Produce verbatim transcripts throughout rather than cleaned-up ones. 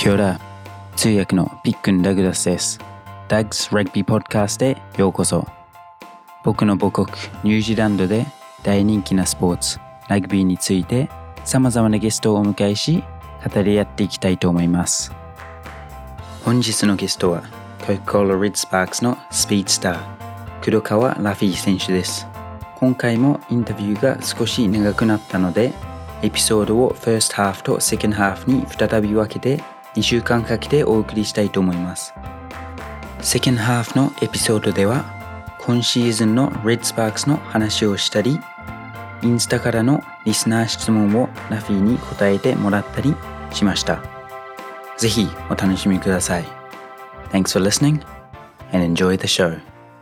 キョラ、通訳のピックン・ダグラスです。ダグス・ラグビー・ポッドキャストへようこそ。僕の母国ニュージーランドで大人気なスポーツラグビーについて様々なゲストをお迎えし語り合っていきたいと思います。本日のゲストはコカ・コーラ・レッドスパークスのスピードスター黒川ラフィー選手です。今回もインタビューが少し長くなったのでエピソードを First Half と Second Half に再び分けてにしゅうかんかけてお送りしたいと思います。Second Half のエピソードでは今シーズンの Red Sparks の話をしたり、インスタからのリスナー質問をラフィーに答えてもらったりしました。ぜひお楽しみください。Thanks for listening and enjoy the show.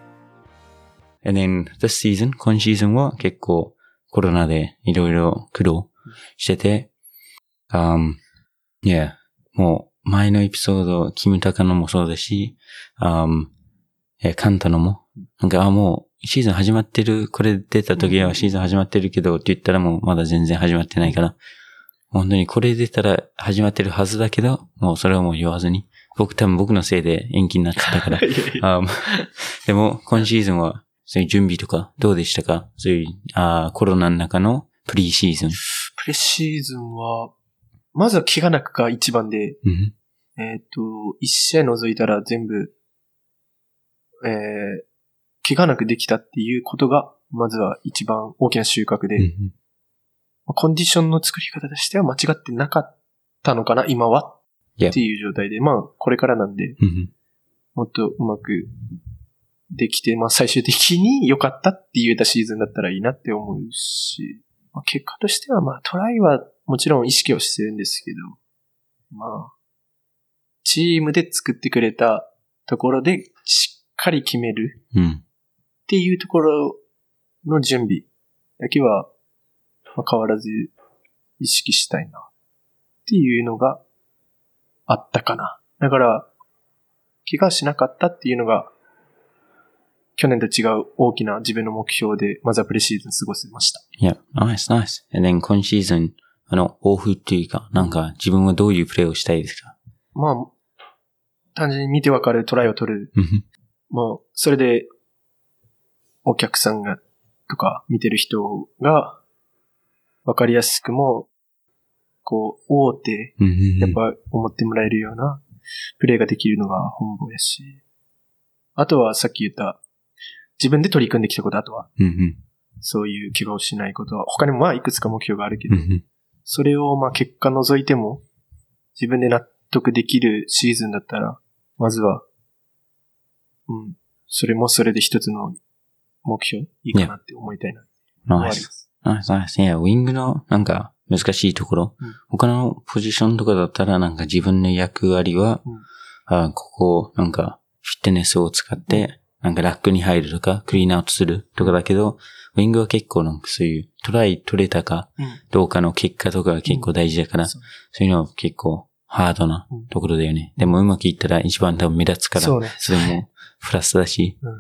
And then this season, 今シーズンは結構コロナでいろいろ苦労してて、um, yeah, もう前のエピソード、キムタカのもそうだし、um, え、カンタのも、なんか、あ、もう、シーズン始まってる、これ出た時はシーズン始まってるけど、って言ったらもうまだ全然始まってないから、本当にこれ出たら始まってるはずだけど、もうそれはもう言わずに、僕多分僕のせいで延期になってたから。あでも、今シーズンは、そういう準備とか、どうでしたか？そういう、あコロナの中のプリシーズン。 プリシーズンは、まずは怪我なくが一番で、 うん、 えっと、一試合除いたら全部、えー、怪我なくできたっていうことが、まずは一番大きな収穫で、うん、コンディションの作り方としては間違ってなかったのかな、今は、yeah. っていう状態で、まあ、これからなんで、 うん、 もっとうまくできて、まあ、最終的に良かったって言えたシーズンだったらいいなって思うし、まあ、結果としては、まあ、トライはもちろん意識をしてるんですけど、まあ、チームで作ってくれたところで、しっかり決めるっていうところの準備だけは変わらず意識したいなっていうのがあったかな。だから怪我しなかったっていうのが去年と違う大きな自分の目標でまずはプレシーズン過ごせました。 いや、ナイスナイス。で、今シーズンあの抱負っていうかなんか自分はどういうプレーをしたいですか？ まあ単純に見てわかるトライを取る。もう、それで、お客さんが、とか、見てる人が、わかりやすくも、こう、大手、やっぱ思ってもらえるような、プレーができるのが本望やし。あとは、さっき言った、自分で取り組んできたこと、あとは、そういう怪我をしないことは、他にもまあ、いくつか目標があるけど、それを、まあ、結果除いても、自分で納得できるシーズンだったら、まずは、うん、それもそれで一つの目標いいかなって思いたいな。 ナイス。ナイス、ナイス。いや、ウィングのなんか難しいところ、うん、他のポジションとかだったらなんか自分の役割は、うん、あここなんかフィットネスを使って、うん、なんかラックに入るとかクリーンアウトするとかだけど、ウィングは結構なんかそういうトライ取れたかどうかの結果とかが結構大事だから、うん、そういうのは結構ハードなところだよね。うん、でもうまくいったら一番多分目立つから、そうね。それもプラスだし。うん。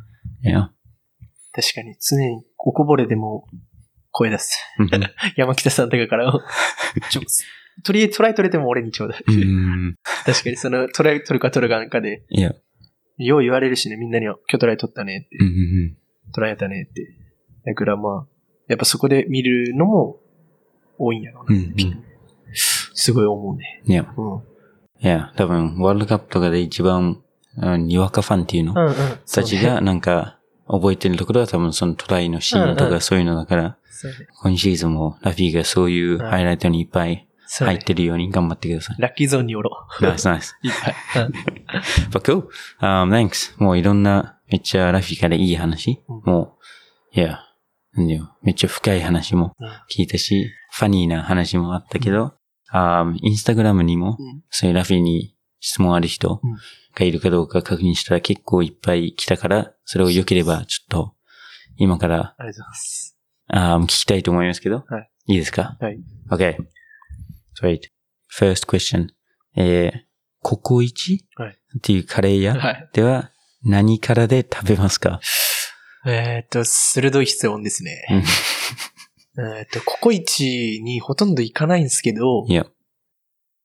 いや。 確かに常におこぼれでも声出す。山北さんとかからちょとりあえずトライ取れても俺にちょうだい。うん確かにそのトライ取るか取るかなんかで。いや。よう言われるしね、みんなには今日トライ取ったねって。うんうん、トライやったねって。だからまあ、やっぱそこで見るのも多いんやろうな。うんうん、すごい思うね。 いや。うん。いや、多分、ワールドカップとかで一番、にわかファンっていうの、うんうん、たちがなんか、覚えてるところは多分そのトライのシーンとかそういうのだから、うんうん、今シーズンもラフィーがそういうハイライトにいっぱい入ってるように頑張ってください。 ラッキーゾーンにおろ。 ナイスナイス。いっぱい。But cool.、Um, thanks. もういろんな、めっちゃラフィーからいい話、うん、もう、いや、なんだよ、めっちゃ深い話も聞いたし、うん、ファニーな話もあったけど、あインスタグラムにも、うん、そういうラフィーに質問ある人がいるかどうか確認したら結構いっぱい来たから、それを良ければちょっと今から、 ありがとうございます。 あ聞きたいと思いますけど、はい、いいですか？ はい。 Okay. Great. First question. えー、ココイチ、はい、っていうカレー屋では何からで食べますか？ えーっと、鋭い質問ですね。えっと、ココイチにほとんど行かないんですけど、 いや。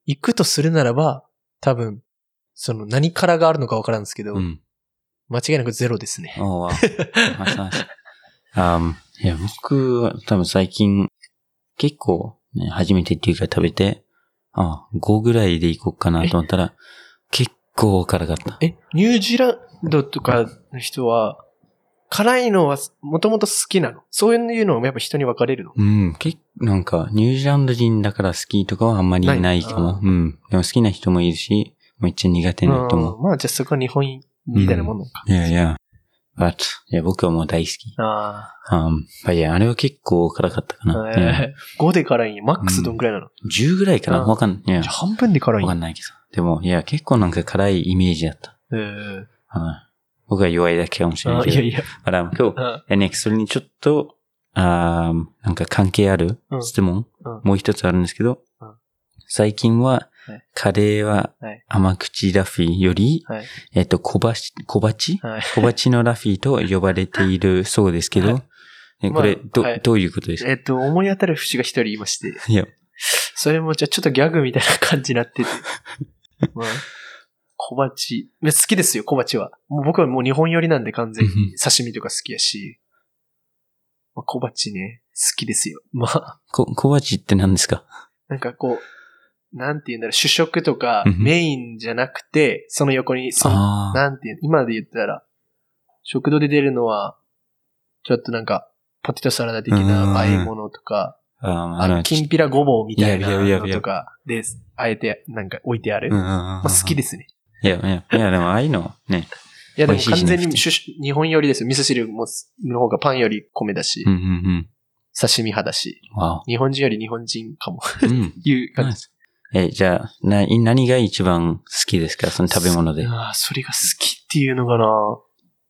行くとするならば、多分、その何からがあるのかわからんですけど、うん、間違いなくゼロですね。 おー、wow. あいや、僕は多分最近、結構、ね、初めてっていうか食べて、あごぐらいで行こうかなと思ったら、結構辛かった。 え、ニュージーランドとかの人は、辛いのはもともと好きなの？そういうのもやっぱ人に分かれるの？ うん。結構なんか、ニュージーランド人だから好きとかはあんまりないかも。うん。でも好きな人もいるし、めっちゃ苦手な人も。 まあじゃあそこは日本みたいなもんなのか。 いやいや。But, いや、僕はもう大好き。 ああ。Um, いや、あれは結構辛かったかな。 えー、ごで辛いんや。マックスどんくらいなの？ うん、じゅうぐらいかなわかんない。いや半分で辛いんや。 わかんないけど。でも、いや、結構なんか辛いイメージだった。 えーあ僕は弱いだけかもしれないけど。 いやいや。 まあ、今日、え、ね、それにちょっと、あなんか関係ある質問、うんうん、もう一つあるんですけど、うん、最近は、はい、カレーは甘口ラフィーより、はい、えっと、小鉢、小鉢、はい、小鉢のラフィーと呼ばれているそうですけど、はい、えこれ、まあ、ど、はい、どういうことですか？ えっと、思い当たる節が一人いまして。 いや。 それもじゃあちょっとギャグみたいな感じになってて。まあ小鉢。好きですよ、小鉢は。もう僕はもう日本寄りなんで完全に刺身とか好きやし。まあ、小鉢ね、好きですよ。まあ。 こ、小鉢って何ですか？ なんかこう、なんて言うんだろう、主食とかメインじゃなくて、その横に、その、なんて言う、今で言ったら、食堂で出るのは、ちょっとなんか、ポテトサラダ的な和え物とか、ああの、きんぴらごぼうみたいなのとかで、あえてなんか置いてある。まあ、好きですね。 いや、いや、いや、でもああいうのね。 いや、でも完全に日本寄りですよ。味噌汁もの方がパンより米だし、 うんうんうん、 刺身派だし、日本人より日本人かも、うん、いう感じ。 え、じゃあ、な、何が一番好きですか？その食べ物で。 ああ、それが好きっていうのかな。好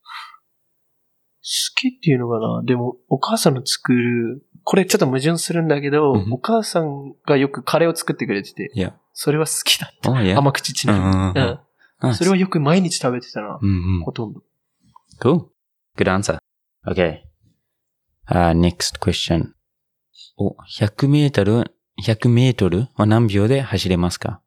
きっていうのかな。でも、お母さんの作る、これちょっと矛盾するんだけど、うん、お母さんがよくカレーを作ってくれてて、 yeah. それは好きだった。 Oh, yeah. 甘口ちなみに。うんうんうんうん、それはよく毎日食べてたな。 うんうん、 ほとんど。 Cool. Good answer. Okay.、Uh, next question. お、ひゃくメートル、ひゃくメートルは何秒で走れますか？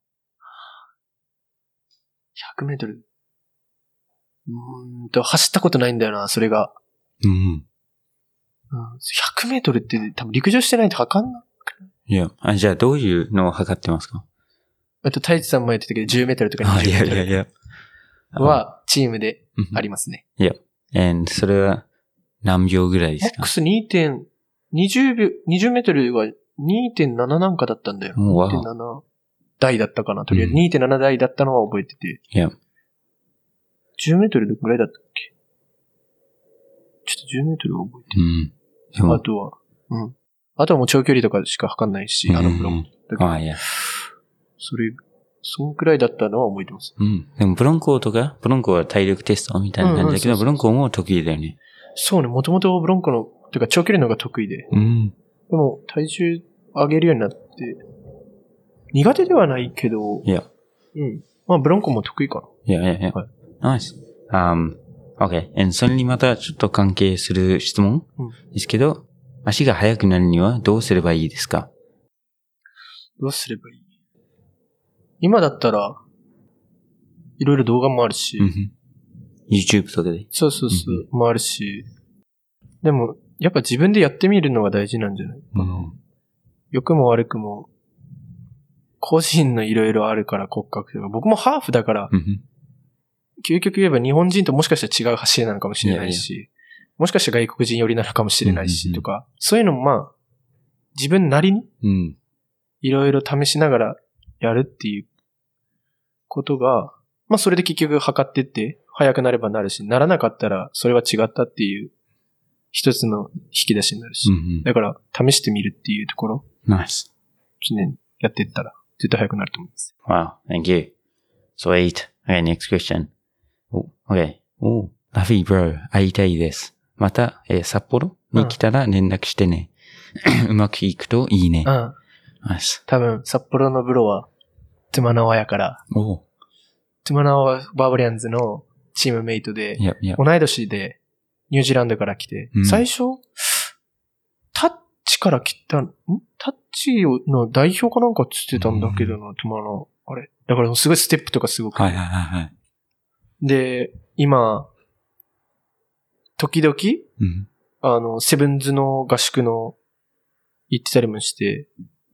ひゃくメートル? うーんと、走ったことないんだよな、それが。 うん、うん。 ひゃくメートルって多分陸上してないと測んなくない？ いや、あ、じゃあどういうのを測ってますか？ あと、太一さんも言ってたけど、じゅうメートルとかにじゅうメートル。いやいやいや。は、チームでありますね。 いや。and それは何秒ぐらいですか？ マックス にてんにじゅうびょう、にじゅうメートルは にてんなな なんかだったんだよ。にてんなな 台だったかな。とりあえず にてんなな 台だったのは覚えてて。 いや。 じゅうメートルどこぐらいだったっけ？ちょっとじゅうメートルは覚えてる。うん。あとは、うん。あとはもう長距離とかしか測んないし、うん、あのブロンコ。 ああ、いや。 それ、そんくらいだったのは覚えてます。 うん。でもブロンコとか、ブロンコは体力テストみたいな感じだけど、うんうん、ブロンコも得意だよね。 そうね、もともとブロンコの、というか長距離の方が得意で。 うん。 でも、体重上げるようになって、苦手ではないけど、 いや。 うん。まあ、ブロンコも得意かな。 いやいやいや。はい。ナイス。Um, OK. And それにまたちょっと関係する質問、うん、ですけど、足が速くなるにはどうすればいいですか？ どうすればいい？今だったら、いろいろ動画もあるし、うん、 YouTube とかで。 そうそうそう、うん、もあるし、でも、やっぱ自分でやってみるのが大事なんじゃないかな。うん、良くも悪くも、個人のいろいろあるから骨格とか、僕もハーフだから、うん、究極言えば日本人ともしかしたら違う走りなのかもしれないし、いやいやもしかしたら外国人寄りなのかもしれないし、うん、とか、そういうのもまあ、自分なりに、いろいろ試しながらやるっていうことが、まあそれで結局測ってって、速くなればなるし、ならなかったらそれは違ったっていう、一つの引き出しになるし、うんうん、だから試してみるっていうところ、 ナイス。 常にやっていったら絶対速くなると思います。 Wow, thank you. Sweet. Okay, next question. Oh, okay. Oh, ラフィー bro, 会いたいです。また、えー、札幌に来たら連絡してね。うん、うまくいくといいね。 うん。ナイス。多分、札幌のブロは、トゥマナワやから、 おトゥマナワバーバリアンズのチームメイトで、 yep, yep. 同い年でニュージーランドから来て、うん、最初、タッチから来た、んタッチの代表かなんかつってたんだけどな、トマの、あれ。だからすごいステップとかすごく。 はいはいはいはい。 で、今、時々、 うん、 あの、セブンズの合宿の行ってたりもして、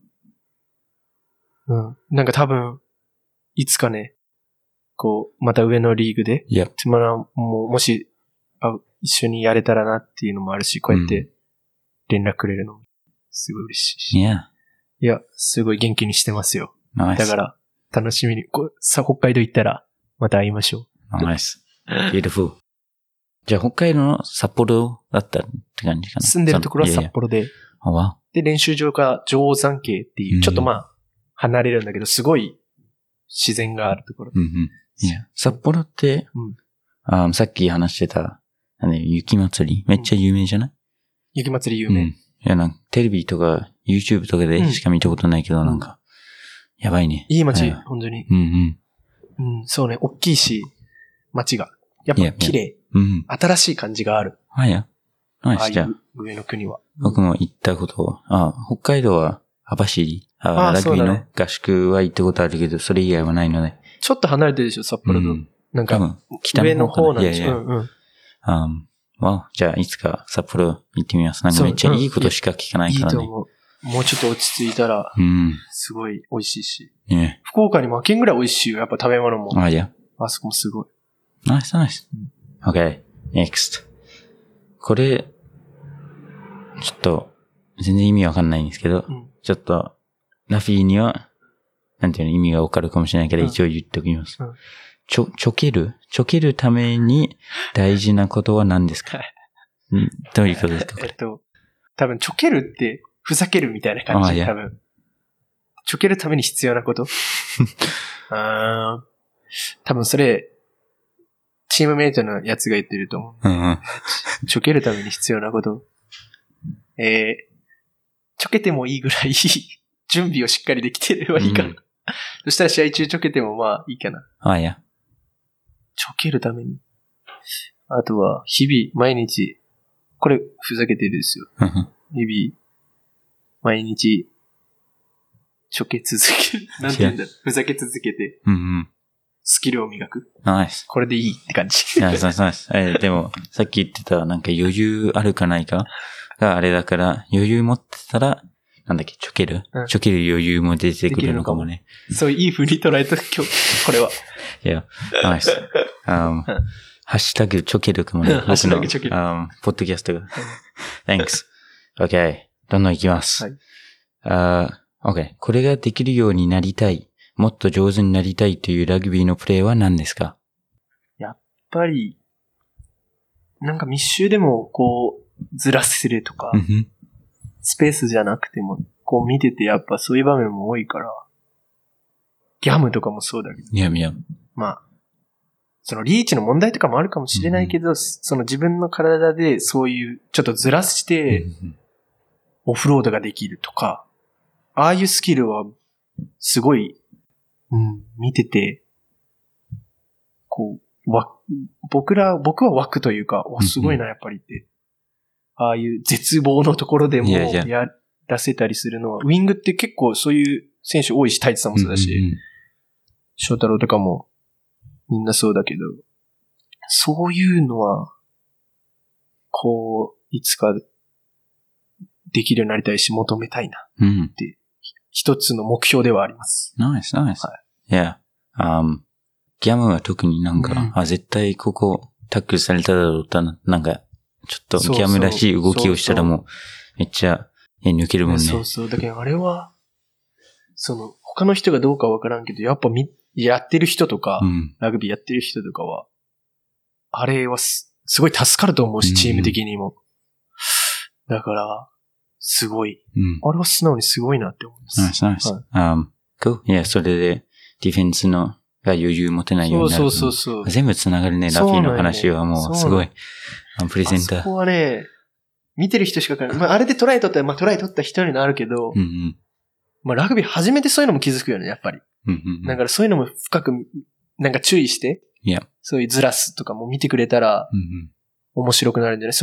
うん。なんか多分、いつかね、こう、また上のリーグで、 いや、 つまらん、もう、もし、あ、一緒にやれたらなっていうのもあるし、こうやって連絡くれるのも、すごい嬉しいし。 いや。 いや、すごい元気にしてますよ。 ナイス。 だから、楽しみに、こう、さ、北海道行ったら、また会いましょう。ナイス。beautiful。じゃあ、北海道の札幌だったって感じかな。 住んでるところは札幌で。 あわ。 で、練習場が定山渓っていう、ちょっとまあ、離れるんだけど、すごい自然があるところ。 うんうん。いや、札幌って、うん、あさっき話してた、あの雪祭り、めっちゃ有名じゃない？うん、 雪祭り有名。うん。いや、なんか、テレビとか、YouTube とかでしか見たことないけど、うん、なんか、やばいね。 いい街、本当に。 うんうん。 うん、そうね、大きいし、街が。やっぱ綺麗。 うん。 新しい感じがある。 はいや。ナイスじゃあ。 上の国は。 僕も行ったことは、あ、北海道は、網走、あ、ラグビーの合宿は行ったことあるけど、それ以外はないので。 ちょっと離れてるでしょ、札幌と。うん、なんか、上の方なんでしょ。うんうん。 あ、まあ、じゃあ、いつか札幌行ってみます。なんかめっちゃいいことしか聞かないからね。 いいと思う。もうちょっと落ち着いたら、 うん。 すごい美味しいし。 ね。 福岡に負けんぐらい美味しいよ、やっぱ食べ物も。 あ、いや。 あそこもすごい。 ナイスナイス。OK, next. これ、ちょっと、全然意味わかんないんですけど、うん、ちょっと、ラフィーには、なんていうの意味がわかるかもしれないから、うん、一応言っておきます。うん、ちょ、ちょけるちょけるために大事なことは何ですか？うん、どういうことですか？ えっと、多分、ちょけるって、ふざけるみたいな感じ。多分。ちょけるために必要なことあ多分それ、チームメイトのやつが言ってると思う。 うんうん、 ちょけるために必要なこと。えー、ちょけてもいいぐらい準備をしっかりできてればいいかな。うん、そしたら試合中ちょけてもまあいいかな。 あ、いや。 ちょけるために。あとは、日々、毎日、これ、ふざけてるですよ。日々、毎日、ちょけ続ける。なんて言うんだろう。ふざけ続けて、 うんうん、 スキルを磨く。 ナイス。 これでいいって感じ。 ナイスナイスナイス。えー、でも、さっき言ってた、なんか余裕あるかないかがあれだから、余裕持ってたら、なんだっけ、ちょける、うん、ちょける余裕も出てくるのかもね。 そう、いい風に捉えた、今日、これは。 いや、ナイス。um, ハッシュタグちょけるかもね。 ハッシュタグちょける。 Um, ポッドキャストが。Thanks. OK. どんどん行きます。はい。Uh, OK. これができるようになりたい。もっと上手になりたいというラグビーのプレーは何ですか？ やっぱり、なんか密集でもこう、ずらせるとか、スペースじゃなくても、こう見ててやっぱそういう場面も多いから、ギャムとかもそうだけど。 いやいや。 まあ、そのリーチの問題とかもあるかもしれないけど、うん、その自分の体でそういうちょっとずらして、オフロードができるとか、ああいうスキルはすごい、うん、見てて、こう、わ、僕ら、僕は枠というか、お、すごいな、やっぱりって。ああいう絶望のところでもやらせたりするのは、ウィングって結構そういう選手多いし、タイツさんもそうだし、翔太郎とかもみんなそうだけど、そういうのは、こう、いつかできるようになりたいし、求めたいなって、一つの目標ではあります。 ナイス、ナイス。いや、ギャムは特になんか、うん、あ、絶対ここタックルされただろうとな、なんか、ちょっとギャムらしい動きをしたらもう、めっちゃ抜けるもんね。 そうそう。だけどあれは、その、他の人がどうかわからんけど、やっぱみ、やってる人とか、うん、ラグビーやってる人とかは、あれはす、すごい助かると思うし、チーム的にも。うん、だから、すごい、うん。あれは素直にすごいなって思います。 ナイス、ナイス。あ、cool。いや、それで、ディフェンスの、が余裕持てないようになる。 そうそうそうそう。 全部繋がるね、ラフィーの話はもう、すごい。プレゼンター。 あそこはね、見てる人しかわからない。まあ、あれでトライ取ったら、まあ、トライ取った人になるけど、 うんうん、 まあ、ラグビー初めてそういうのも気づくよね、やっぱり。 うんうんうん、 だからそういうのも深く、なんか注意して、 yeah. そういうずらすとかも見てくれたら、 うんうん、 面白くなるんじゃない？その、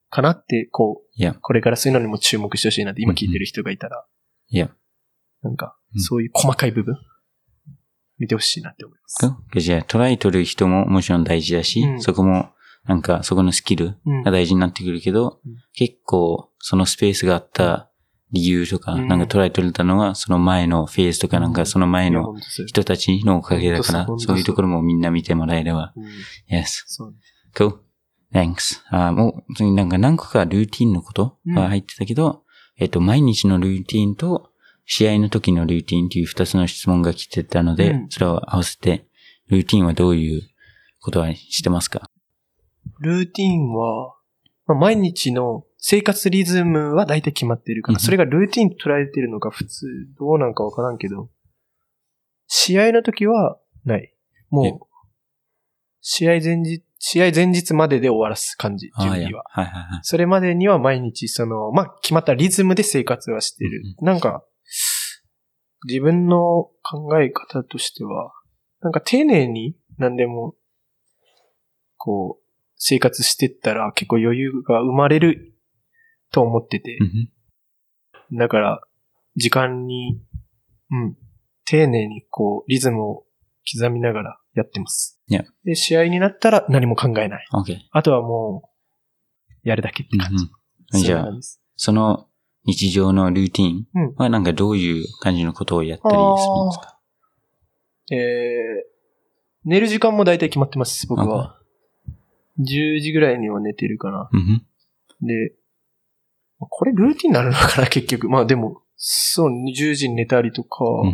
かなって、こう、 Yeah. これからそういうのにも注目してほしいなって、今聞いてる人がいたら、 Yeah. なんか、そういう細かい部分、見てほしいなって思います。 Cool. じゃあ、トライ取る人ももちろん大事だし、うん、そこも、なんか、そこのスキルが大事になってくるけど、うん、結構、そのスペースがあった理由とか、うん、なんかトライ取れたのは、その前のフェーズとか、なんかその前の人たちのおかげだから、そういうところもみんな見てもらえれば。うん、yes. Cool. Thanks. あ、もう、次なんか何個かルーティンのことが入ってたけど、うん、えっと、毎日のルーティンと、試合の時のルーティンっていう二つの質問が来てたので、うん、それを合わせて、ルーティンはどういうことはしてますか？ ルーティンは、まあ、毎日の生活リズムは大体決まってるから、それがルーティンと捉えてるのか普通、どうなんかわからんけど、試合の時はない。もう、試合前日、試合前日までで終わらす感じ、準備は。 はいはいはい。 それまでには毎日、その、まあ、決まったリズムで生活はしてる。うん、なんか、自分の考え方としては、なんか丁寧に何でも、こう、生活してったら結構余裕が生まれると思ってて。うん、だから、時間に、うん、丁寧にこう、リズムを刻みながらやってます。 Yeah. で、試合になったら何も考えない。 Okay. あとはもう、やるだけって感じ。 うんうん、じゃあ、その日常のルーティンはなんかどういう感じのことをやったりするんですか？ えー、寝る時間も大体決まってます、僕は。Okay. じゅうじぐらいには寝てるかな。 Mm-hmm. で、これルーティンになるのかな、結局。まあでも、そう、じゅうじに寝たりとか、 mm-hmm.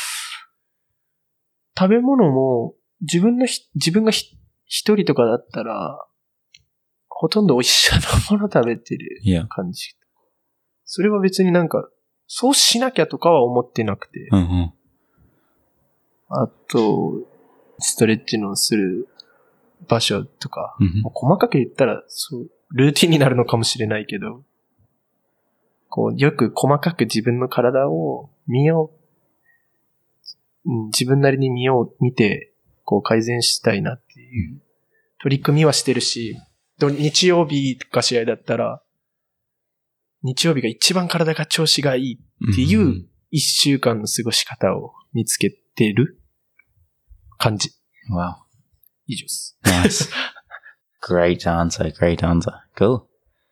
食べ物も、自分のひ、自分がひ一人とかだったら、ほとんど一緒のもの食べてる感じ。 Yeah. それは別になんか、そうしなきゃとかは思ってなくて。 Mm-hmm. あと、ストレッチのする場所とか、 mm-hmm. 細かく言ったら、そう、ルーティンになるのかもしれないけど、こう、よく細かく自分の体を見よう、うん、自分なりに見よう、見て、こう改善したいなっていう取り組みはしてるし、日曜日が試合だったら、日曜日が一番体が調子がいいっていう一週間の過ごし方を見つけてる感じ。 Wow. 以上です。 Nice. Great answer, great answer. Cool.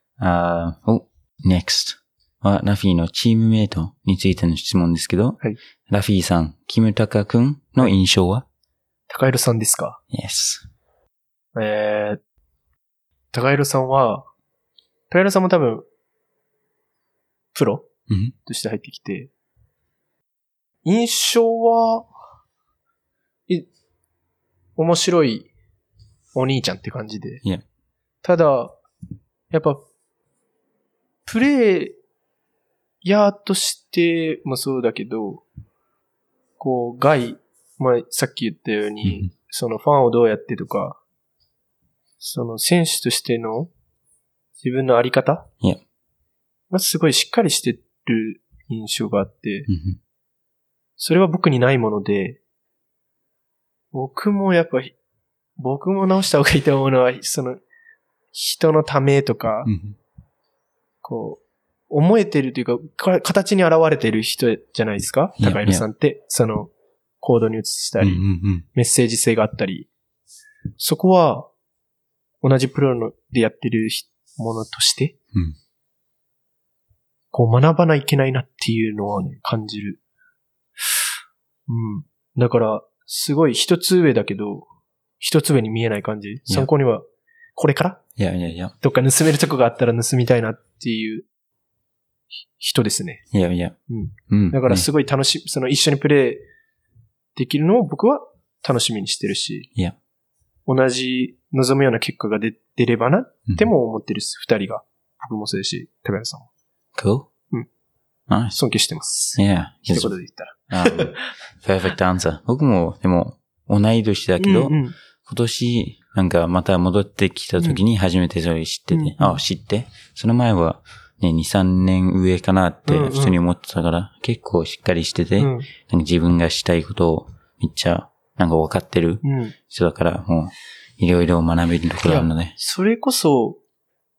Uh, oh, next. はラフィーのチームメイトについての質問ですけど、 はい、 ラフィーさん、キムタカ君の印象は？ 高弘さんですか？ Yes. えー、高弘さんは、高弘さんも多分、プロ、 うん、 として入ってきて、印象は、い、面白いお兄ちゃんって感じで。 Yeah. ただ、やっぱ、プレイヤーとしてもそうだけど、こう、外、まあ、さっき言ったように、うん、そのファンをどうやってとか、その選手としての自分のあり方、 yeah. がすごいしっかりしてる印象があって、 うん、 それは僕にないもので、僕もやっぱ、僕も直した方がいいと思うのは、その、人のためとか、 うん、 こう、思えてるというか、形に現れてる人じゃないですか、高弘さんって、その、行動に移したり、 うんうんうん、 メッセージ性があったり、そこは、同じプロのでやってるものとして、 うん、 こう学ばないといけないなっていうのはね、感じる。うん。だから、すごい一つ上だけど、一つ上に見えない感じ。参考には、これからいやいやいや。 どっか盗めるとこがあったら盗みたいなっていう人ですね。 いやいや。 うん。うん、だからすごい楽し、その一緒にプレイできるのを僕は楽しみにしてるし、 いや。 同じ望むような結果が出、出ればなっても思ってるす、二、うん、人が。僕もそうですし、高弘さんも。 Cool? うん。 Nice. 尊敬してます。 いや。 一言で言ったら。 um, perfect answer. 僕も、でも、同い年だけど、うんうん、今年、なんかまた戻ってきた時に初めてそれ知ってて、うん、あ、知って、その前は、ね、に、さんねん上かなって普通に思ってたから、うんうん、結構しっかりしてて、うん、なんか自分がしたいことをめっちゃ、なんか分かってる人だから、もう、いろいろ学べるところあるので。 それこそ、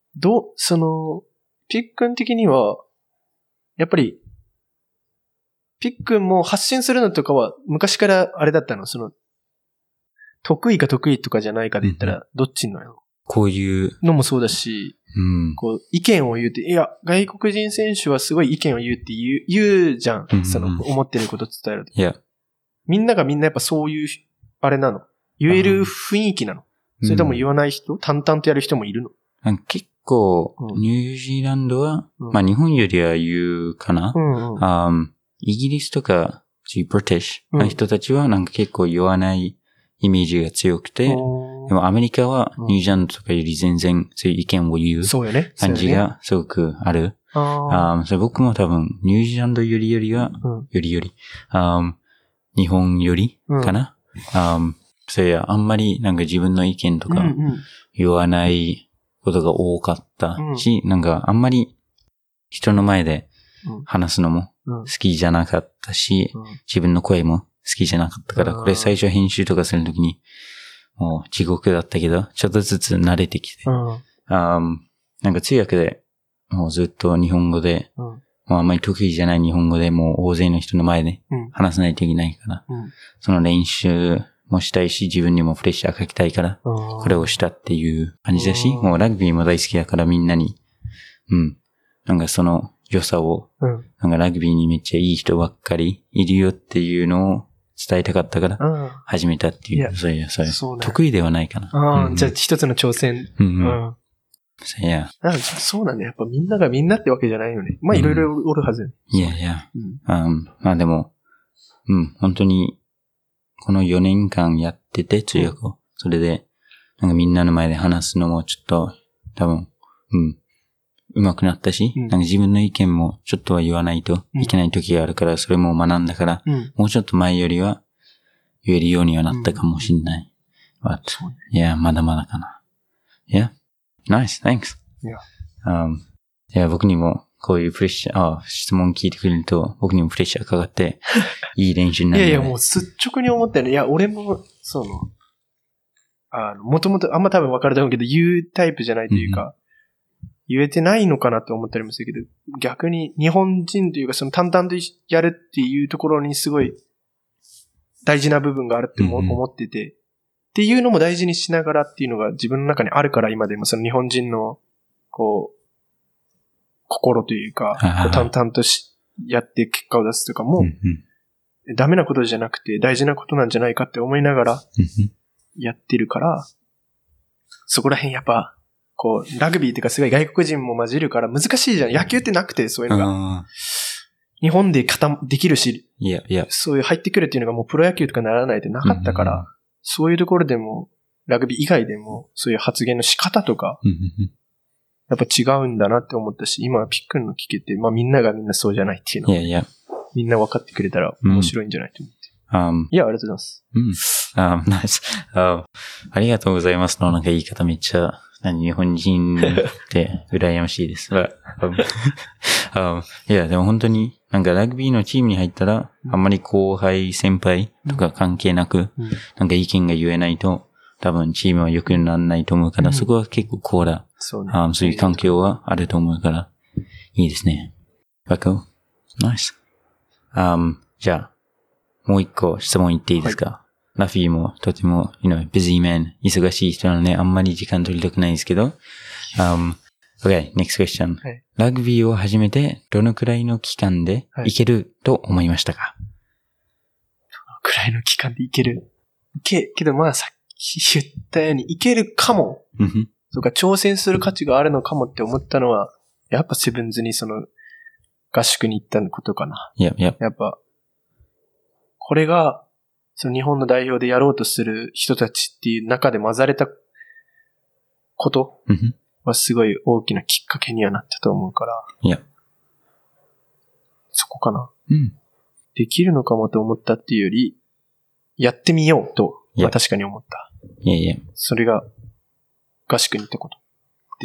どう、その、ピックン的には、やっぱり、ピックンも発信するのとかは昔からあれだったの？その、得意か得意とかじゃないかで言ったら、どっちなの？ こういうのもそうだし、 うん、 こう意見を言うって、いや、外国人選手はすごい意見を言うって言う、言うじゃん。 うんうん、 その、思ってること伝えると。 いや。 みんながみんなやっぱそういう、あれなの？言える雰囲気なの？それとも言わない人、うん、淡々とやる人もいるの？ 結構、ニュージーランドは、うん、まあ日本よりは言うかな、うんうんあイギリスとか、ブリティッシュの人たちはなんか結構言わないイメージが強くて、うん、でもアメリカはニュージーランドとかより全然そういう意見を言う感じがすごくある。あそれ僕も多分ニュージーランドよりよりは、うん、よりより、あ日本よりかな、うん、あそれあんまりなんか自分の意見とか言わないことが多かったし、うん、なんかあんまり人の前で話すのも好きじゃなかったし、うん、自分の声も好きじゃなかったから、これ最初編集とかするときにもう地獄だったけど、ちょっとずつ慣れてきて、うん、あなんか通訳でもうずっと日本語で、うん、もうあんまり得意じゃない日本語でもう大勢の人の前で話さないといけないから、うん、その練習もしたいし、自分にもプレッシャーかけたいから、これをしたっていう感じだし、もうラグビーも大好きだからみんなに、うん、なんかその良さを、うん、なんかラグビーにめっちゃいい人ばっかりいるよっていうのを伝えたかったから始めたっていう、うん、そういう、そういう、そうね、得意ではないかな。 あうん、じゃあ一つの挑戦。うんうん。 うん、そういや。 そうなんだ、ね。やっぱみんながみんなってわけじゃないよね。まあいろいろおるはず、ね。 いやいや。うん、まあでも、うん、本当に、このよねんかんやってて、通訳を。それで、なんかみんなの前で話すのもちょっと、多分、うん、上手くなったし、うん、なんか自分の意見もちょっとは言わないといけない時があるから、それも学んだから、うん、もうちょっと前よりは言えるようにはなったかもしれない。うん、But, いや、まだまだかな。いや、nice, thanks. いや、um, いや僕にも、こういうプレッシャー、あ質問聞いてくれると、僕にもプレッシャーかかって、いい練習になる、ね。 いやいや、もう率直に思ったよね。いや、俺も、その、あの、もともと、あんま多分分かると思うけど、言うタイプじゃないというか、うん、言えてないのかなって思ったりもするけど、逆に日本人というか、その淡々とやるっていうところにすごい大事な部分があるって思、うん、思ってて、っていうのも大事にしながらっていうのが自分の中にあるから今でもその日本人の、こう、心というか、淡々としやって結果を出すとかも、うんうん、ダメなことじゃなくて大事なことなんじゃないかって思いながらやってるから、そこら辺やっぱ、こう、ラグビーっていうかすごい外国人も混じるから難しいじゃん。野球ってなくてそういうのが。日本で固できるし、 いやいやそういう入ってくるっていうのがもうプロ野球とかならないってなかったから、うんうん、そういうところでも、ラグビー以外でもそういう発言の仕方とか、うんうんやっぱ違うんだなって思ったし、今ピックンの聞けて、まあみんながみんなそうじゃないっていうのを、いやいやみんな分かってくれたら面白いんじゃないと思って。うん、いや、ありがとうございます。 うん。あ、ナイス。あ、ありがとうございますのなんか言い方めっちゃ、何日本人って羨ましいです。あいや、でも本当になんかラグビーのチームに入ったら、あんまり後輩、先輩とか関係なく、うん、なんか意見が言えないと、多分チームは良くならないと思うから、うん、そこは結構コーラ、そうね、あそういう環境はあると思うから、いいですね。バカナイス。じゃあ、もう一個質問言っていいですか、はい、ラフィーもとても、you know, busy man、忙しい人なので、あんまり時間取りたくないですけど、um, okay, next question、はい。ラグビーを始めて、どのくらいの期間でいけると思いましたか、はい、 どのくらいの期間でいけるいけ、けどまあさっき言ったように、いけるかも。そうか、挑戦する価値があるのかもって思ったのは、やっぱセブンズにその、合宿に行ったことかな。 Yep, yep. やっぱ、これが、その日本の代表でやろうとする人たちっていう中で混ざれたことはすごい大きなきっかけにはなったと思うから。 Yep. そこかな。 うん。 できるのかもと思ったっていうより、やってみようと、まあ、確かに思った。 いやいや。 それが合宿に行ったことです。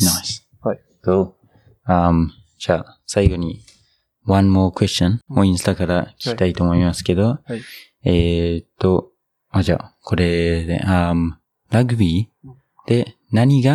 Nice. はい。Cool. Um, じゃあ、最後に、one more question をインスタから聞きたいと思いますけど、はいはい、えーっと、あ、じゃあ、これで、um, ラグビーで何が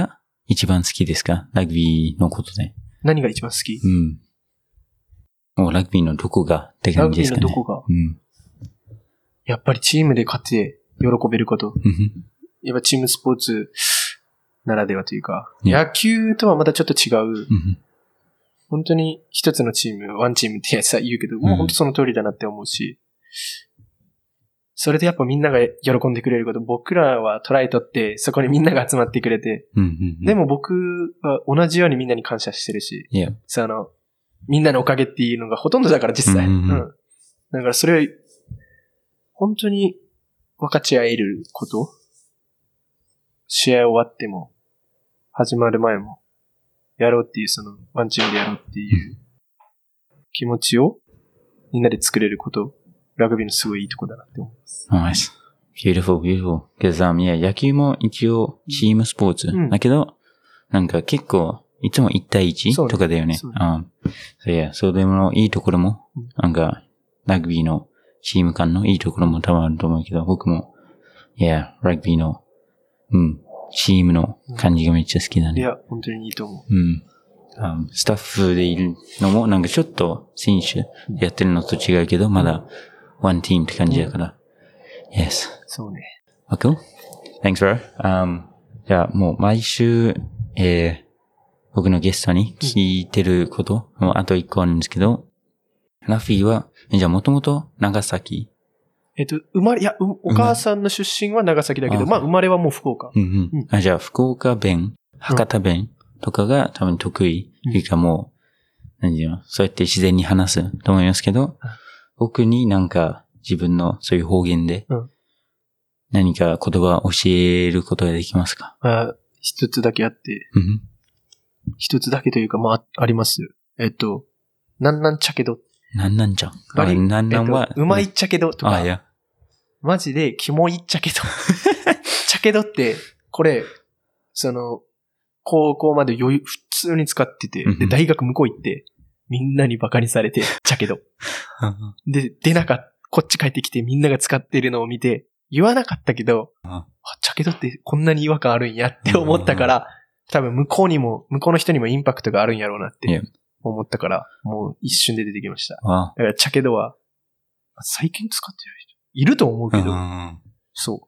一番好きですか？ラグビーのことで。 何が一番好き？ うん。もうラグビーのどこがって感じですかね。 ラグビーのどこが？ うん。 やっぱりチームで勝って喜べること。やっぱチームスポーツならではというか、野球とはまたちょっと違う。本当に一つのチーム、ワンチームってやつは言うけど、もう本当その通りだなって思うし、それでやっぱみんなが喜んでくれること、僕らはトライ取ってそこにみんなが集まってくれて、でも僕は同じようにみんなに感謝してるし、 yeah. そのみんなのおかげっていうのがほとんどだから実際。うん、だからそれを本当に分かち合えること、試合終わっても始まる前もやろうっていうそのワンチームでやろうっていう気持ちをみんなで作れること、ラグビーのすごいいいとこだなって思います。 Nice. Beautiful, beautiful. Because, um, yeah, 野球も一応チームスポーツ、うん、だけど、なんか結構いつもいち対いちとかだよね。そうね。Um, so yeah, それもいいところも、うん、なんかラグビーのチーム間のいいところも多分あると思うけど、僕も、yeah, ラグビーの、うん、チームの感じがめっちゃ好きだね。 いや、本当にいいと思う。 うん。Um, スタッフでいるのもなんかちょっと選手やってるのと違うけど、まだワンチームって感じだから。うん、yes. そうね。 Okay. Thanks, bro.、Um, じゃあもう毎週、えー、僕のゲストに聞いてること、うん、もうあと一個あるんですけど、ラフィーは、じゃあもともと長崎？ えっと、生まれ、いや、お母さんの出身は長崎だけど、まあ生まれはもう福岡。 うんうんうん、あじゃあ福岡弁、博多弁とかが多分得意。と、うん、いうかもう、何て言うの、そうやって自然に話すと思いますけど、うん、僕になんか自分のそういう方言で、何か言葉を教えることができますか？ あ、一つだけあって、うん、一つだけというか、まあ、あります。えっと、なんなんちゃけど。 なんなんちゃん。あれ、なんなんは、 えっと、うまいっちゃけどとか。 あ、いや。 マジで、キモいっちゃけど。ちゃけどって、これ、その、高校まで余裕、普通に使ってて、で、大学向こう行って、みんなにバカにされて、ちゃけど。で、出なかった、こっち帰ってきてみんなが使ってるのを見て、言わなかったけど、あ、ちゃけどってこんなに違和感あるんやって思ったから、多分向こうにも、向こうの人にもインパクトがあるんやろうなって思ったから、もう一瞬で出てきました。だから、ちゃけどは、最近使ってる人いると思うけど、そう。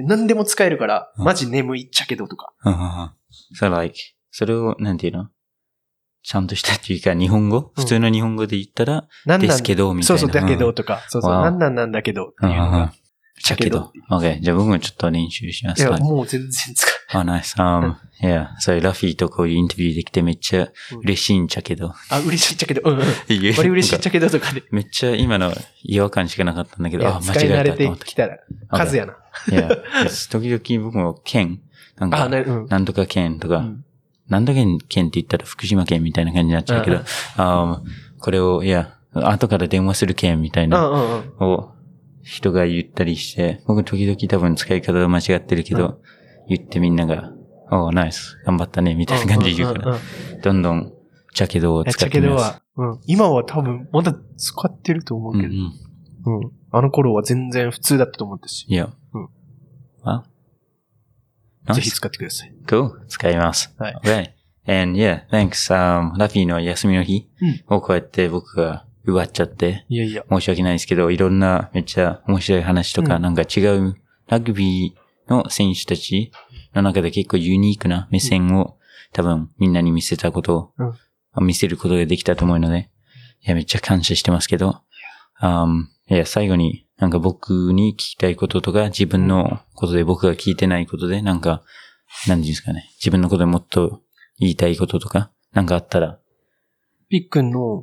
何でも使えるから、マジ眠いっちゃけどとか。 So like, それを、なんていうの？ちゃんとしたっていうか、日本語、うん、普通の日本語で言ったら、ですけど、みたいな。 そうそう、だけどとか、そうそう、なんなんなんだけどっていうのが。 だけど。OK。じゃあ僕もちょっと練習します。 いや、もう全然使う。 あ、ナイス。um, いや、それラフィーとこういうインタビューできてめっちゃ嬉しいんちゃけど。うん、 あ、嬉しいっちゃけど。うんうん。俺嬉しいっちゃけどとかで。 めっちゃ今の違和感しかなかったんだけど、あ、間違えたと思った。 使い慣れてきたら、数やな。 いや、時々僕も県、なんか、ねうん、なんとか県とか、うん、なんとか県って言ったら福島県みたいな感じになっちゃうけど、あこれを、いや、後から電話する県みたいな、を人が言ったりして、僕時々多分使い方が間違ってるけど、うん、言ってみんなが、おー、ナイス、頑張ったね、みたいな感じで言うから、どんどん、チャケドを使ってます。チャケドは、うん、今は多分、まだ使ってると思うけど、うんうんうん、あの頃は全然普通だったと思ったし。 いや。 うん。 あぜひ使ってください。 Cool. 使います。 はい。 Okay. And yeah, thanks.、Um, ラフィーの休みの日をこうやって僕が奪っちゃって、 いやいや。 申し訳ないですけど、いろんなめっちゃ面白い話とか、うん、なんか違うラグビーの選手たちの中で結構ユニークな目線を、うん、多分みんなに見せたことを、うん、見せることができたと思うので、いや、めっちゃ感謝してますけど、um, いや、最後になんか僕に聞きたいこととか、自分のことで僕が聞いてないことで、なんか、何ですかね、自分のことでもっと言いたいこととか、なんかあったら。 ピックンの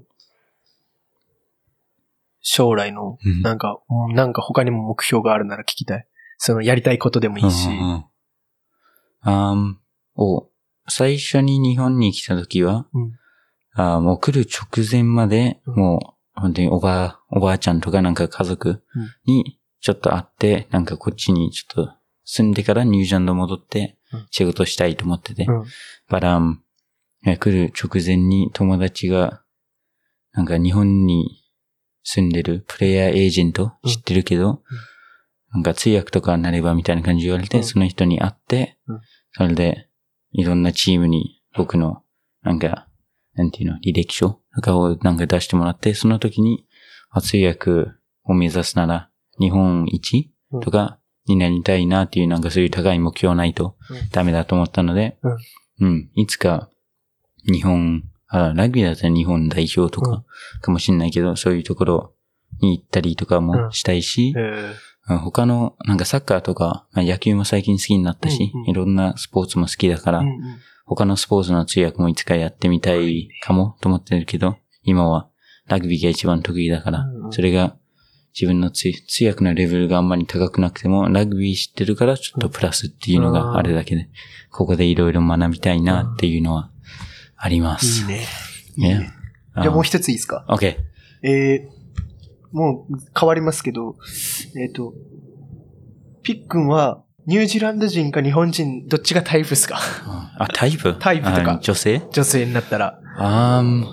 将来の、なんか、うん、なんか他にも目標があるなら聞きたい。そのやりたいことでもいいし。うんうんあーお最初に日本に来た時は、うん、あもう来る直前まで、うん、もう本当におばあ、おばあちゃんとかなんか家族にちょっと会って、なんかこっちにちょっと住んでからニュージーランド戻って仕事したいと思ってて。うん、バラン、来る直前に友達が、なんか日本に住んでるプレイヤーエージェント知ってるけど、うん、なんか通訳とかになればみたいな感じで言われて、うん、その人に会って、うん、それでいろんなチームに僕の、なんか、なんていうの、履歴書とかをなんか出してもらって、その時に、通訳を目指すなら、日本一とかになりたいなっていう、なんかそういう高い目標ないとダメだと思ったので、うん、うん、いつか日本、あ、ラグビーだったら日本代表とかかもしれないけど、うん、そういうところに行ったりとかもしたいし、うんえー、他の、なんかサッカーとか、まあ、野球も最近好きになったし、うんうん、いろんなスポーツも好きだから、うんうん、他のスポーツの通訳もいつかやってみたいかもと思ってるけど、今はラグビーが一番得意だから、うんうん、それが自分の通訳のレベルがあんまり高くなくても、ラグビー知ってるからちょっとプラスっていうのがあるだけで、ここでいろいろ学びたいなっていうのはあります。 いいね。いいね。Yeah. じゃあもう一ついいですか？ OK。 えー、もう変わりますけど、えっと、ピックンはニュージーランド人か日本人どっちがタイプですか？ あ、タイプ？ タイプとか。 女性？ 女性になったら。 Um,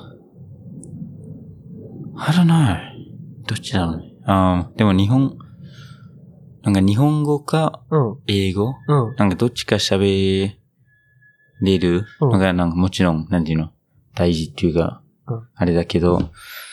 I don't know. どっちだろうね。あでも日本、なんか日本語か英語、うんうん、なんかどっちか喋れるのがなんかもちろん、なんていうの、大事っていうか、うん、あれだけど、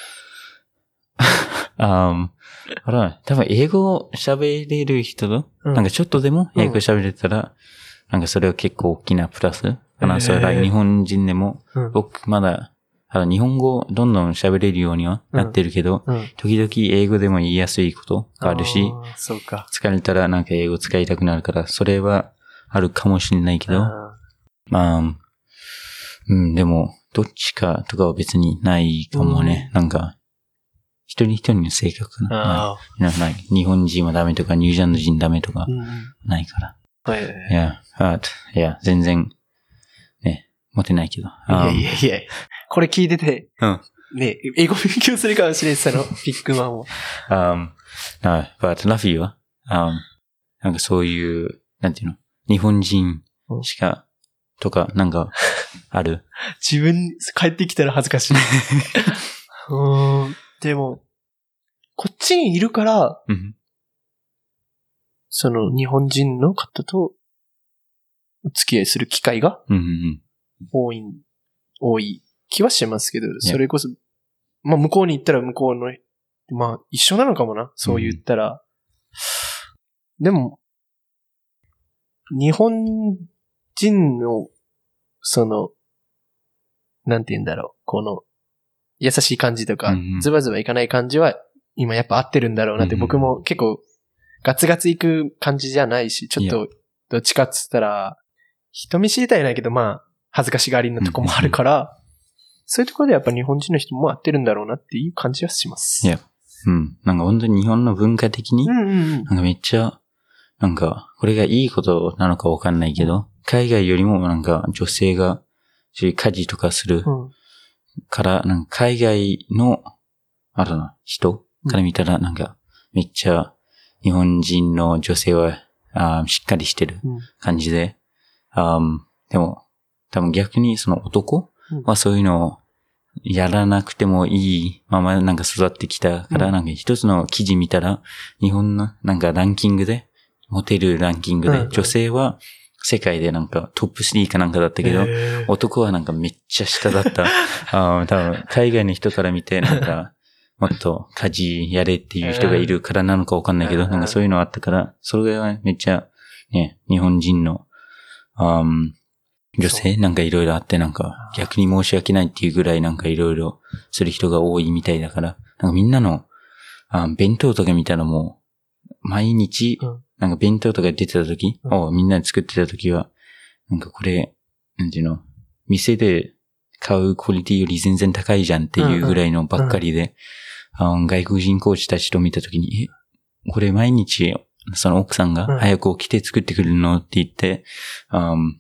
ああら、多分英語喋れる人と、うん、なんかちょっとでも英語喋れたら、うん、なんかそれは結構大きなプラスかな。えー、それは日本人でも、うん、僕まだ、日本語どんどん喋れるようにはなってるけど、うんうん、時々英語でも言いやすいことがあるし、 そうか。 疲れたらなんか英語使いたくなるから、それはあるかもしれないけど、まあ、うん、でも、どっちかとかは別にないかもね。うん、なんか、一人一人の性格かな。なんか日本人はダメとか、ニュージーランド人ダメとか、ないから。 うん、はい。 いや、いや、全然、ね、モテないけど。いやいやいや、これ聞いてて、 うん、 ね、英語勉強するかもしれんすよ、ピックマンも。 um, no, but ラフィーは、um, なんかそういう、なんていうの、日本人しか、とか、なんか、ある自分、帰ってきたら恥ずかしい。うん、でも、こっちにいるから、うん、その日本人の方とお付き合いする機会が多い、多い気はしますけど、それこそ、まあ向こうに行ったら向こうの、まあ一緒なのかもな、そう言ったら。うん、でも、日本人の、その、なんて言うんだろう、この、優しい感じとか、うんうん、ズバズバいかない感じは、今やっぱ合ってるんだろうなって、うんうん、僕も結構、ガツガツいく感じじゃないし、ちょっと、どっちかっつったら、人見知りたいないけど、まあ、恥ずかしがりなとこもあるから、うんうん、そういうところでやっぱ日本人の人も合ってるんだろうなっていう感じはします。 いや、うん。なんか本当に日本の文化的に、うんうんうん、なんかめっちゃ、なんか、これがいいことなのかわかんないけど、海外よりもなんか女性が、そういう家事とかするから、うん、なんか海外の、あるな、人から見たらなんか、めっちゃ日本人の女性は、あしっかりしてる感じで、うん、あでも、多分逆にその男はそういうのをやらなくてもいいままなんか育ってきたから、うん、なんか一つの記事見たら、日本のなんかランキングで、モテるランキングで、女性は世界でなんかトップスリーかなんかだったけど、男はなんかめっちゃ下だった。あ多分海外の人から見てなんかもっと家事やれっていう人がいるからなのかわかんないけど、なんかそういうのあったから、それがめっちゃね、日本人の、あ女性なんかいろいろあってなんか逆に申し訳ないっていうぐらいなんかいろいろする人が多いみたいだから、なんかみんなのあ弁当とか見たらもう毎日、うんなんか弁当とか出てた時、うん、おみんなで作ってた時は、なんかこれ、なんていうの、店で買うクオリティより全然高いじゃんっていうぐらいのばっかりで、うんうん、外国人コーチたちと見た時に、え、これ毎日、その奥さんが早く起きて作ってくれるのって言って、うん、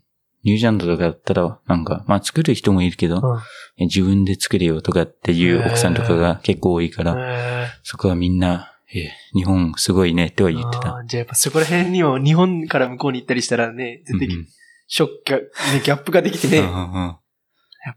ニュージーランドとかだったら、なんか、まあ作る人もいるけど、うん、自分で作れよとかっていう奥さんとかが結構多いから、そこはみんな、え、日本すごいねっては言ってた。 じゃあやっぱそこら辺にも日本から向こうに行ったりしたらね、絶対ショックが、ね、ギャップができてね。うんうん、やっぱ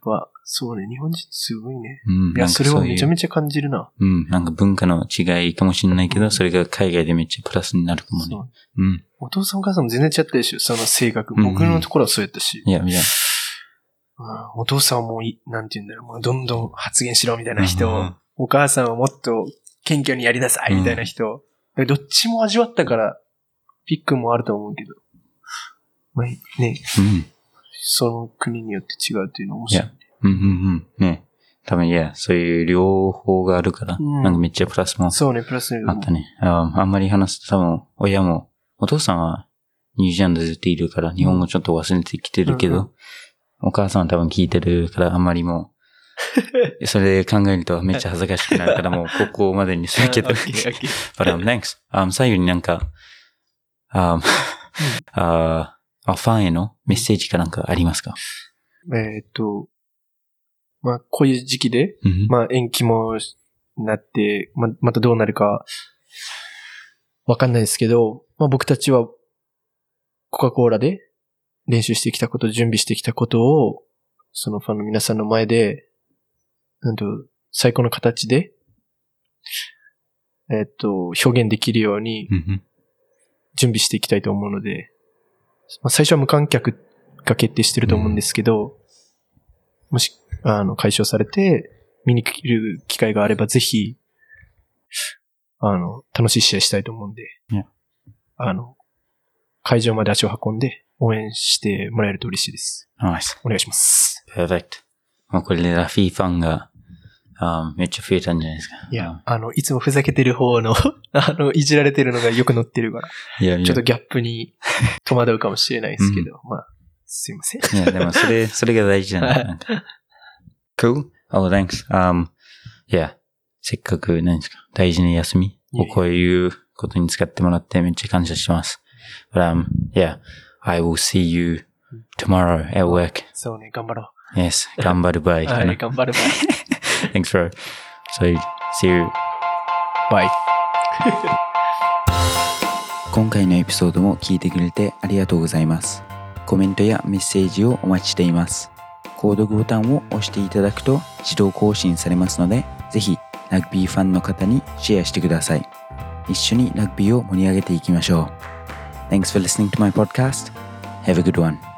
そうね、日本人すごいね。 うん、 いや、それはめちゃめちゃ感じるな。 うん、なんか文化の違いかもしれないけど、それが海外でめっちゃプラスになるかもね。うん。 お父さんお母さんも全然違ったでしょ、その性格。僕のところはそうやったし。 いや、いや。 お父さんはもうい、なんて言うんだろう、もうどんどん発言しろみたいな人、うん、お母さんはもっと謙虚にやりなさいみたいな人、うん、どっちも味わったから、ピックもあると思うけど、まあ、ね、うん、その国によって違うっていうのは面白い。いや、 うんうんうんね、多分いや、そういう両方があるから、うん、なんかめっちゃプラスもそうね、プラスあったね。あ, あんまり話すと多分親もお父さんはニュージーランドでずっといるから日本語ちょっと忘れてきてるけど。うんうん、お母さんは多分聞いてるからあんまりもう、それで考えるとめっちゃ恥ずかしくなるからもうここまでにするけど。But um, thanks. Um, 最後になんか、um, あファンへのメッセージかなんかありますか？ えっと、まあこういう時期で、mm-hmm. まあ延期もなって、ま, またどうなるかわかんないですけど、まあ僕たちはコカ・コーラで練習してきたこと、準備してきたことを、そのファンの皆さんの前で、なんと、最高の形で、えっと、表現できるように、準備していきたいと思うので、まあ、最初は無観客が決定してると思うんですけど、もし、あの、解消されて、見に来る機会があれば、ぜひ、あの、楽しい試合したいと思うんで、 yeah. あの、会場まで足を運んで、応援してもらえると嬉しいです。 Nice. お願いします。 Perfect. まあこれでラフィーファンが、あめっちゃ増えたんじゃないですか。 いや、あの、いつもふざけてる方の、あの、いじられてるのがよく載ってるから、いやいやちょっとギャップに戸惑うかもしれないですけど、うん、まあ、すいません。 いや、でもそれ、それが大事じゃないなんか。Cool? Oh, thanks. Um, yeah. せっかく、何ですか、大事な休みをこういうことに使ってもらってめっちゃ感謝します。But, um, yeah.I will see you tomorrow at work. そうね、頑張ろう。Yes, 頑張るバイ。 はい、頑張るバイ。Thanks, bro. So, see you. Bye. 今回のエピソードも聞いてくれてありがとうございます。コメントやメッセージをお待ちしています。購読ボタンを押していただくと自動更新されますので、ぜひラグビーファンの方にシェアしてください。一緒にラグビーを盛り上げていきましょう。Thanks for listening to my podcast. Have a good one.